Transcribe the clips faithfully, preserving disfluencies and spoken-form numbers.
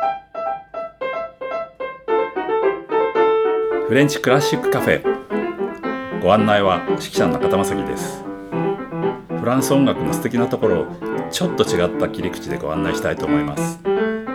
フレンチクラシックカフェ、ご案内は指揮者の中田正樹です。フランス音楽の素敵なところをちょっと違った切り口でご案内したいと思います。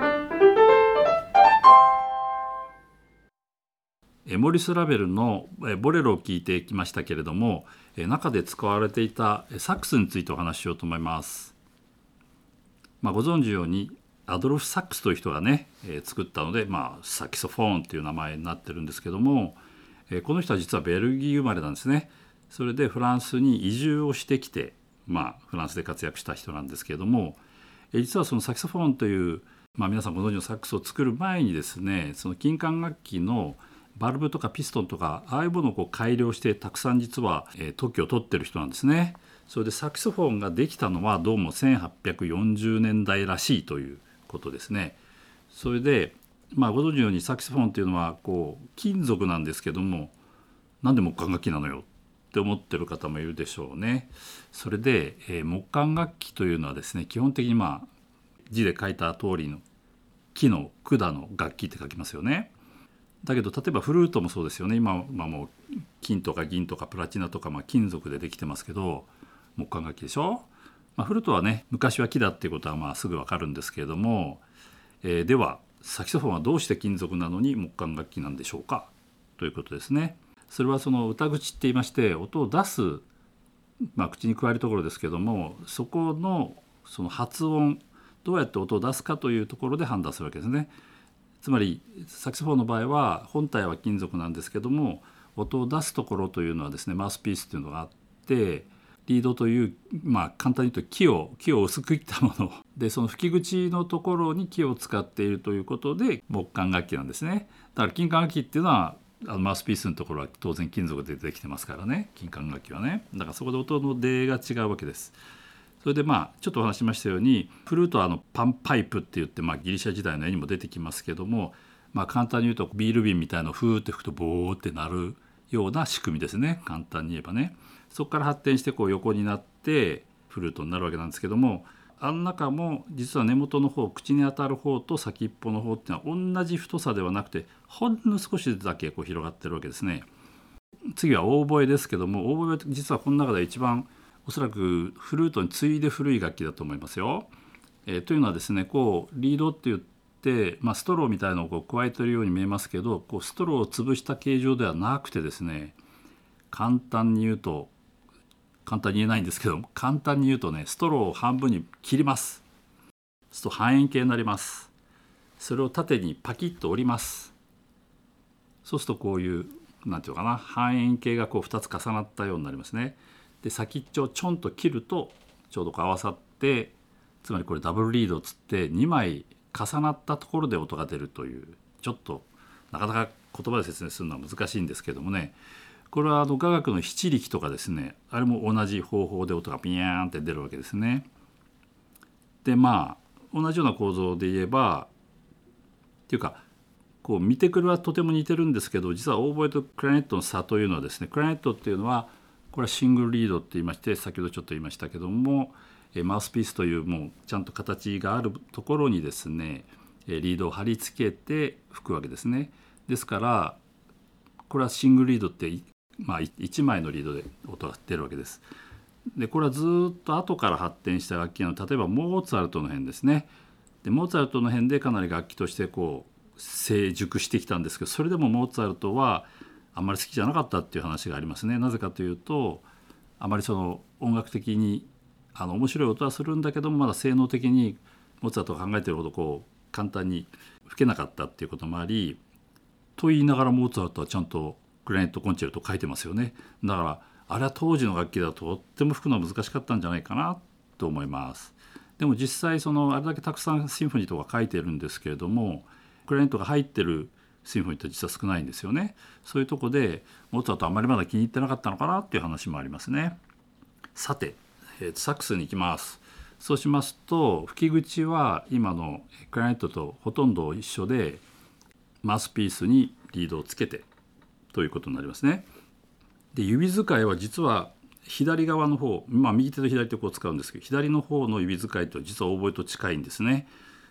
モリス・ラベルのボレロを聴いてきましたけれども、中で使われていたサックスについてお話ししようと思います。まあ、ご存知のようにアドルフ・サックスという人がね、えー、作ったので、まあ、サキソフォーンという名前になってるんですけども、えー、この人は実はベルギー生まれなんですね。それでフランスに移住をしてきて、まあ、フランスで活躍した人なんですけれども、えー、実はそのサキソフォーンという、まあ、皆さんご存知のサックスを作る前にですね、その金管楽器のバルブとかピストンとかああいうものをこう改良してたくさん実は、えー、特許を取ってる人なんですね。それでサキソフォンができたのはどうもせんはっぴゃくよんじゅうねんだいらしいということですね。それで、まあ、ご存知のようにサキソフォンっていうのはこう金属なんですけども、なんで木管楽器なのよって思ってる方もいるでしょうね。それで、えー、木管楽器というのはですね、基本的にまあ字で書いた通りの木の管の楽器って書きますよね。だけど例えばフルートもそうですよね。今、まあ、もう金とか銀とかプラチナとか、まあ、金属でできてますけど木管楽器でしょ。まあ、フルートはね昔は木だっていうことはまあすぐ分かるんですけれども、えー、ではサキソフォンはどうして金属なのに木管楽器なんでしょうかということですね。それはその歌口って言いまして音を出す、まあ、口に加えるところですけども、そこのその発音どうやって音を出すかというところで判断するわけですね。つまりサキソフォンの場合は本体は金属なんですけども、音を出すところというのはですねマウスピースというのがあって、リードという、まあ、簡単に言うと木を木を薄く切ったもので、その吹き口のところに木を使っているということで木管楽器なんですね。だから金管楽器っていうのはあのマウスピースのところは当然金属でできてますからね、金管楽器はね。だからそこで音の出が違うわけです。それでまあちょっとお話しましたように、フルートはあのパンパイプって言って、まあ、ギリシャ時代の絵にも出てきますけども、まあ、簡単に言うとビール瓶みたいなのをフーって吹くとボーってなるような仕組みですね、簡単に言えばね。そこから発展してこう横になってフルートになるわけなんですけども、あの中も実は根元の方、口に当たる方と先っぽの方っていうのは同じ太さではなくて、ほんの少しだけこう広がってるわけですね。次はオーボエですけども、オーボエは実はこの中で一番おそらくフルートに次いで古い楽器だと思いますよ。えー、というのはですね、こうリードって言って、まあ、ストローみたいなのをこう加えているように見えますけど、こうストローを潰した形状ではなくてですね、簡単に言うと簡単に言えないんですけど、簡単に言うとね、ストローを半分に切ります。そうすると半円形になります。それを縦にパキッと折ります。そうするとこういうなんていうかな、半円形がこうふたつ重なったようになりますね。で先っちょをちょんと切るとちょうどこう合わさって、つまりこれダブルリードっつってにまい重なったところで音が出るという、ちょっとなかなか言葉で説明するのは難しいんですけどもね、これはあの雅楽の七力とかですね、あれも同じ方法で音がピヤーンって出るわけですね。でまあ同じような構造で言えばっていうか、こう見てくるはとても似てるんですけど、実はオーボエとクラリネットの差というのはですね、クラリネットっていうのはこれはシングルリードって言いまして、先ほどちょっと言いましたけども、マウスピースというもうちゃんと形があるところにですねリードを貼り付けて吹くわけですね。ですからこれはシングルリードって、まあ、いちまいのリードで音が出るわけです。でこれはずっと後から発展した楽器の、例えばモーツァルトの辺ですね。でモーツァルトの辺でかなり楽器としてこう成熟してきたんですけど、それでもモーツァルトはあんまり好きじゃなかったっていう話がありますね。なぜかというと、あまりその音楽的にあの面白い音はするんだけども、まだ性能的にモーツァルトが考えているほどこう簡単に吹けなかったっていうこともあり、と言いながらモーツァルトはちゃんとクラリネットコンチェルト書いてますよね。だからあれは当時の楽器だととっても吹くのは難しかったんじゃないかなと思います。でも実際そのあれだけたくさんシンフォニーとか書いてるんですけれども、クラリネットが入ってるシンフォニーって実は少ないんですよね。そういうとこでモーツァルトあんまりまだ気に入ってなかったのかなっていう話もありますね。さて、えー、サックスに行きます。そうしますと吹き口は今のクラリネットとほとんど一緒で、マウスピースにリードをつけてということになりますね。で指使いは実は左側の方、まあ、右手と左手をこう使うんですけど、左の方の指使いと実はオーボエと近いんですね。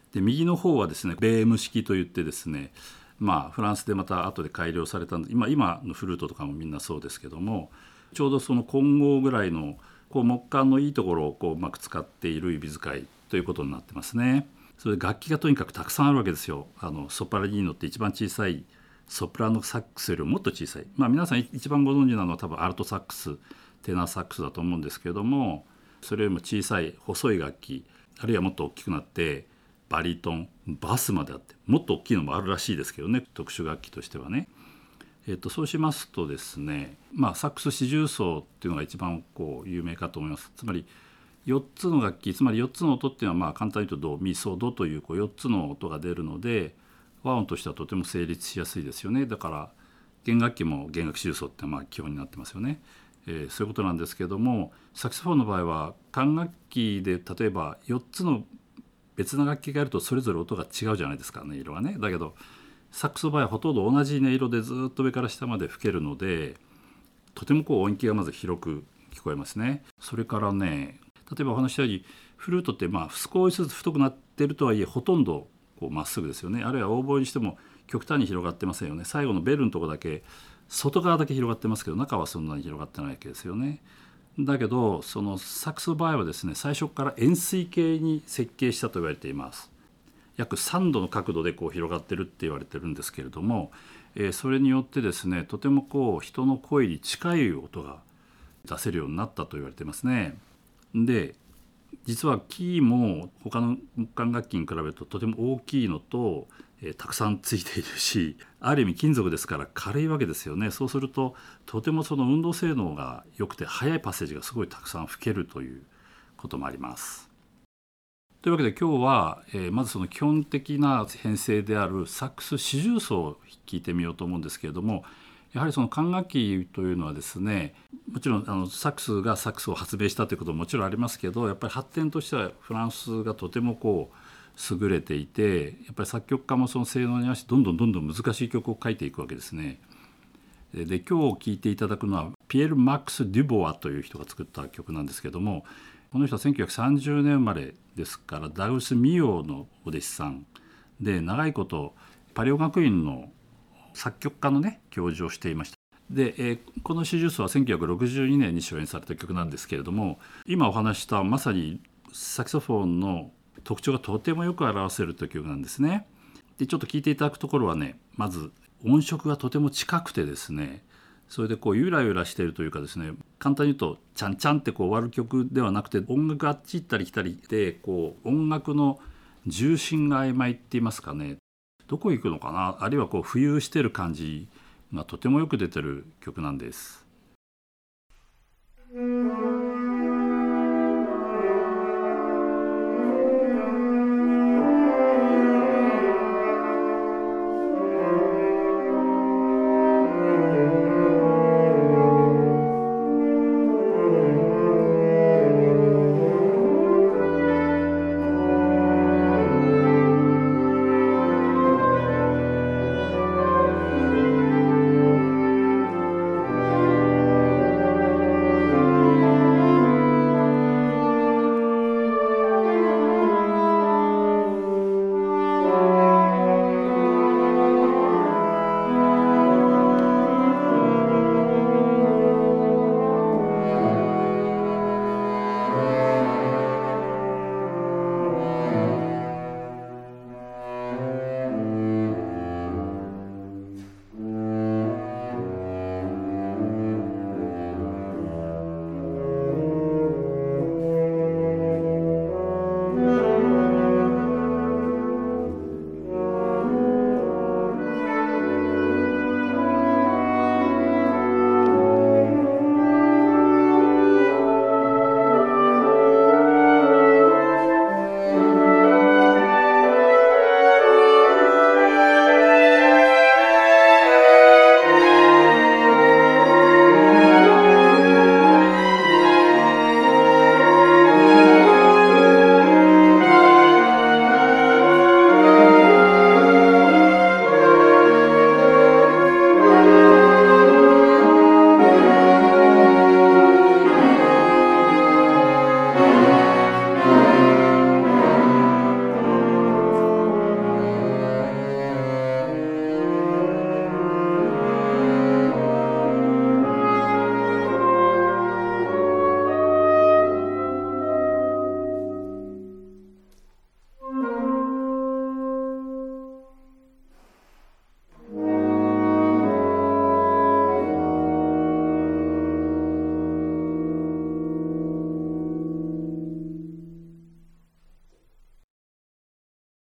で右の方はですねベーム式といってですね、まあフランスでまた後で改良されたんで、今今のフルートとかもみんなそうですけども、ちょうどその混合ぐらいのこう木管のいいところをこううまく使っている指使いということになってますね。それで楽器がとにかくたくさんあるわけですよ。あのソプラニーノって一番小さいソプラノサックスよりももっと小さい、まあ皆さん一番ご存知なのは多分アルトサックス、テナーサックスだと思うんですけれども、それよりも小さい細い楽器、あるいはもっと大きくなってバリトン、バスまであって、もっと大きいのもあるらしいですけどね、特殊楽器としてはね。えっと、そうしますとですね、まあ、サックス四重奏っていうのが一番こう有名かと思います。つまりよっつの楽器、つまりよっつの音っていうのはまあ簡単に言うとドミソドというこうよっつの音が出るので、和音としてはとても成立しやすいですよね。だから弦楽器も弦楽四重奏ってまあ基本になってますよね。えー、そういうことなんですけども、サクソフォンの場合は管楽器で例えばよっつの別な楽器があるとそれぞれ音が違うじゃないですか、音色がね。だけどサックスの場合はほとんど同じ音色でずっと上から下まで吹けるので、とてもこう音域がまず広く聞こえますね。それからね、例えばお話したようにフルートってまあ少しずつ太くなってるとはいえほとんどこうまっすぐですよね。あるいはオーボエにしても極端に広がってませんよね。最後のベルのところだけ外側だけ広がってますけど、中はそんなに広がってないわけですよね。だけどそのサックスの場合はですね、最初から円錐形に設計したと言われています。約さんどの角度でこう広がってるって言われてるんですけれども、えー、それによってですね、とてもこう人の声に近い音が出せるようになったと言われていますね。で実はキーも他の木管楽器に比べるととても大きいのと、えー、たくさんついているし、ある意味金属ですから軽いわけですよね。そうするととてもその運動性能が良くて速いパッセージがすごいたくさん吹けるということもあります。というわけで今日は、えー、まずその基本的な編成であるサックス四重奏を聞いてみようと思うんですけれども、やはりその管楽器というのはですね、もちろんあのサックスがサックスを発明したということももちろんありますけど、やっぱり発展としてはフランスがとてもこう優れていて、やっぱり作曲家もその性能に合わせてどんどんどんどん難しい曲を書いていくわけですね。で今日聴いていただくのはピエール・マックス・デュボワという人が作った曲なんですけども、この人はせんきゅうひゃくさんじゅうねん生まれですからダウス・ミオのお弟子さんで、長いことパリオ学院の作曲家のね教授をしていました。で、えー、この四重奏はせんきゅうひゃくろくじゅうにねんに初演された曲なんですけれども、今お話したまさにサキソフォンの特徴がとてもよく表せるという曲なんですね。でちょっと聴いていただくところはね、まず音色がとても近くてですね、それでこうゆらゆらしているというかですね、簡単に言うとチャンチャンってこう終わる曲ではなくて、音楽があっち行ったり来たりでこう音楽の重心が曖昧って言いますかね、どこ行くのかな、あるいはこう浮遊している感じがとてもよく出てる曲なんです。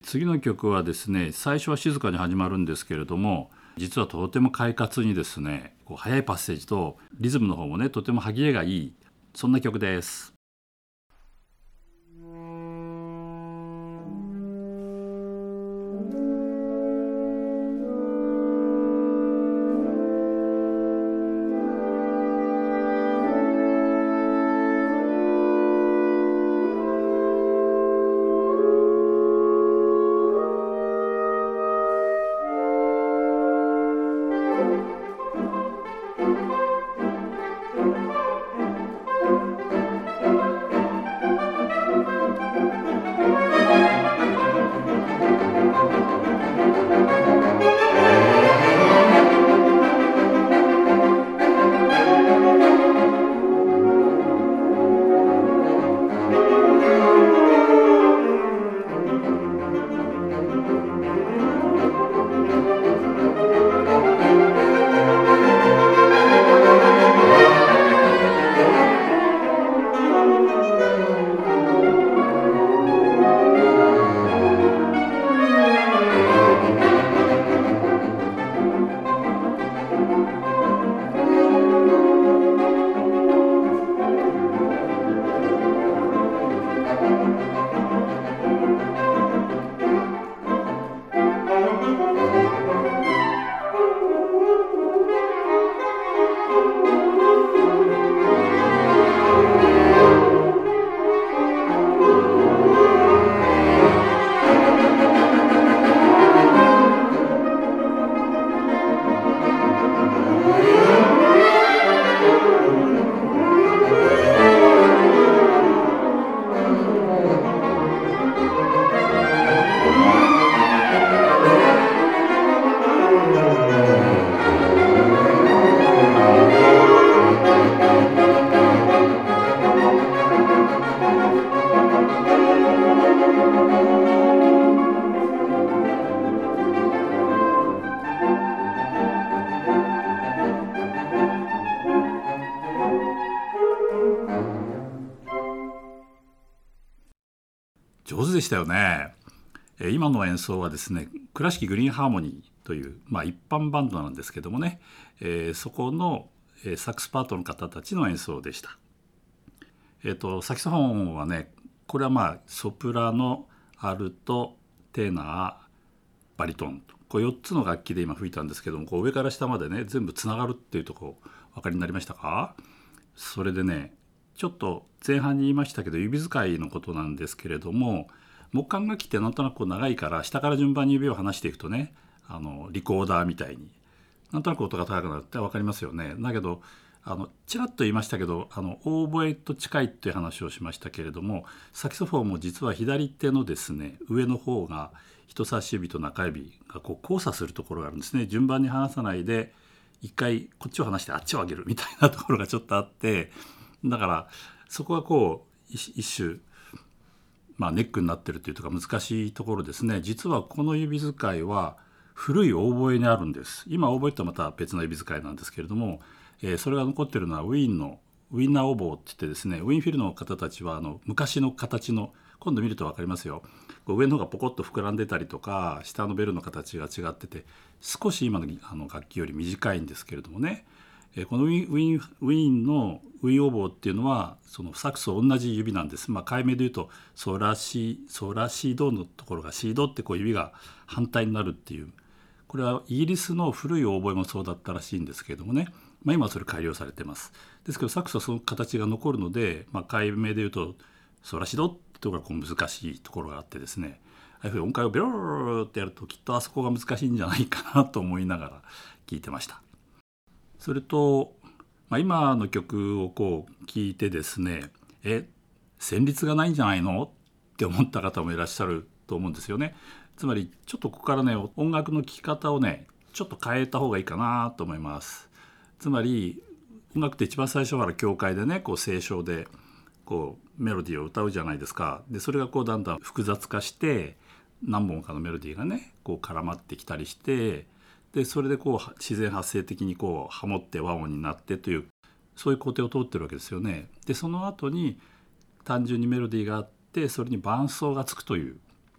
次の曲はですね、最初は静かに始まるんですけれども、実はとても快活にですね、こう速いパッセージとリズムの方もね、とても歯切れがいい、そんな曲です。上手でしたよね。えー今の演奏はですね、倉敷グリーンハーモニーという、まあ、一般バンドなんですけどもね、えーそこの、えーサックスパートの方たちの演奏でした。えっとサキソフォンはね、これはまあソプラノ、アルト、テナー、バリトンとこうよっつの楽器で今吹いたんですけども、こう上から下までね全部つながるっていうとこお分かりになりましたか？それでね、ちょっと前半に言いましたけど指使いのことなんですけれども、木管楽器ってなんとなくこう長いから下から順番に指を離していくとね、あのリコーダーみたいになんとなく音が高くなるって分かりますよね。だけどあのちらっと言いましたけど、あのオーボエと近いっていう話をしましたけれども、サキソフォンも実は左手のですね上の方が人差し指と中指がこう交差するところがあるんですね。順番に離さないで一回こっちを離してあっちを上げるみたいなところがちょっとあって、だからそこがこう一一種、まあ、ネックになってるというとか難しいところですね。実はこの指使いは古いオーボエにあるんです。今オーボエとはまた別の指使いなんですけれども、えーそれが残ってるのはウィーンのウィンナーオーボーって言ってですね、ウィーンフィルの方たちはあの昔の形の、今度見ると分かりますよ、こう上の方がポコッと膨らんでたりとか下のベルの形が違ってて少し今のあの楽器より短いんですけれどもね、えーこのウィーン、ウィーンウィーンのウィーンオーボーっていうのはそのサックスと同じ指なんです。まあ、解明で言うとソラシソラシドのところがシドってこう指が反対になるっていう、これはイギリスの古いオーボエもそうだったらしいんですけれどもね、まあ、今はそれ改良されてます。ですけどサックスはその形が残るので、まあ、解明で言うとソラシドってところがこう難しいところがあってですね、ああいうふうに音階をベローってやるときっとあそこが難しいんじゃないかなと思いながら聞いてました。それと、まあ、今の曲をこう聞いてですね、え旋律がないんじゃないのって思った方もいらっしゃると思うんですよね。つまりちょっとここからね音楽の聴き方をねちょっと変えた方がいいかなと思います。つまり音楽って一番最初から教会でねこう斉唱でこうメロディーを歌うじゃないですか。でそれがこうだんだん複雑化して何本かのメロディーがねこう絡まってきたりして、でそれでこう自然発生的にこうハモって和音になってという、そういう工程を通ってるわけですよね。でその後に単純にメロディーがあってそれに伴奏がつくという、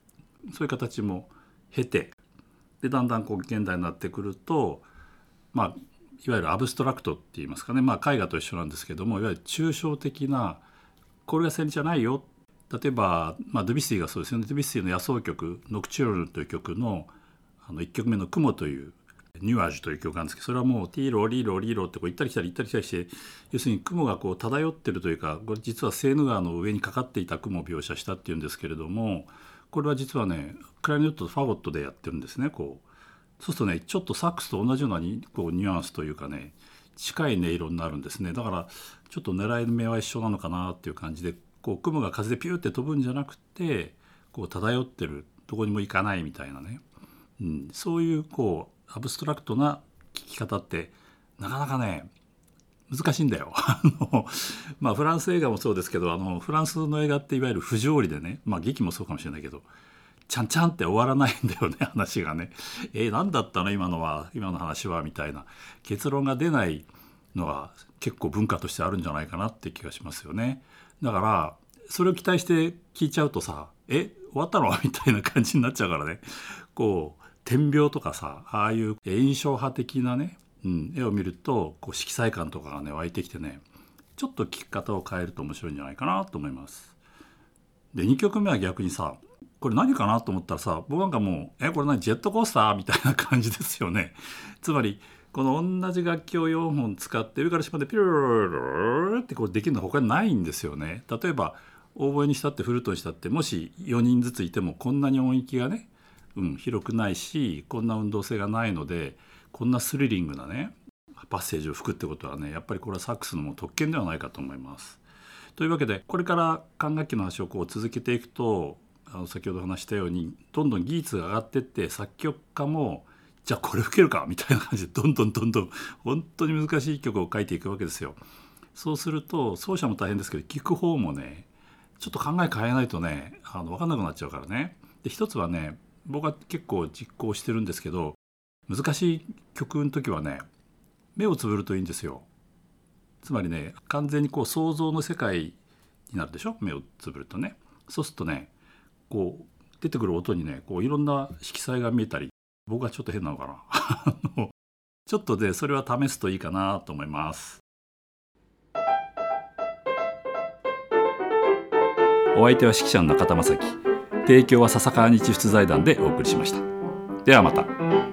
そういう形も経て、でだんだんこう現代になってくると、まあいわゆるアブストラクトっていいますかね、まあ、絵画と一緒なんですけども、いわゆる抽象的な、これが旋律じゃないよ、例えば、まあ、ドゥビュッシーがそうですよね。ドゥビュッシーの野草曲「ノクチュール」という曲のあのいっきょくめの「雲」というニュアージュという曲なんですけど、それはもうティーロリーロリーロってこう行ったり来たり行ったり来たりして、要するに雲がこう漂ってるというか、これ実はセーヌ川の上にかかっていた雲を描写したっていうんですけれども、これは実はねクラリネットとファゴットでやってるんですね。こうそうするとねちょっとサックスと同じようなにこうニュアンスというかね近い音色になるんですね。だからちょっと狙い目は一緒なのかなっていう感じで、こう雲が風でピューって飛ぶんじゃなくて、こう漂ってる、どこにも行かないみたいなね、うん、そういうこうアブストラクトな聴き方ってなかなかね難しいんだよ。あのまあフランス映画もそうですけど、あのフランスの映画っていわゆる不条理でね、まあ劇もそうかもしれないけど、ちゃんちゃんって終わらないんだよね、話がね。えー、何だったの今のは、今の話はみたいな結論が出ないのは結構文化としてあるんじゃないかなって気がしますよね。だからそれを期待して聞いちゃうとさ、え終わったのみたいな感じになっちゃうからね、こう点描とかさ、ああいう印象派的なね、うん、絵を見るとこう色彩感とかがね湧いてきてね、ちょっと聞き方を変えると面白いんじゃないかなと思います。でにきょくめは逆にさ、これ何かなと思ったらさ、僕なんかもうえこれ何ジェットコースターみたいな感じですよね。つまりこの同じ楽器をよんほん使って上から下までピロロロロってこうできるのは他にないんですよね。例えばオーボエにしたってフルートにしたって、もしよにんずついてもこんなに音域がね、うん、広くないし、こんな運動性がないので、こんなスリリングなねパッセージを吹くってことはね、やっぱりこれはサックスのも特権ではないかと思います。というわけでこれから管楽器の話をこう続けていくと、あの先ほど話したようにどんどん技術が上がっていって、作曲家もじゃあこれ吹けるかみたいな感じでどんどんどんどん本当に難しい曲を書いていくわけですよ。そうすると奏者も大変ですけど、聴く方もねちょっと考え変えないとね、あの分かんなくなっちゃうからね。で一つはね、僕は結構実行してるんですけど、難しい曲の時はね目をつぶるといいんですよ。つまりね完全にこう想像の世界になるでしょ、目をつぶるとね。そうするとねこう出てくる音にねこういろんな色彩が見えたり、僕はちょっと変なのかなあのちょっとでそれは試すといいかなと思います。お相手は指揮者の中田正樹、提供は笹川日出財団でお送りしました。ではまた。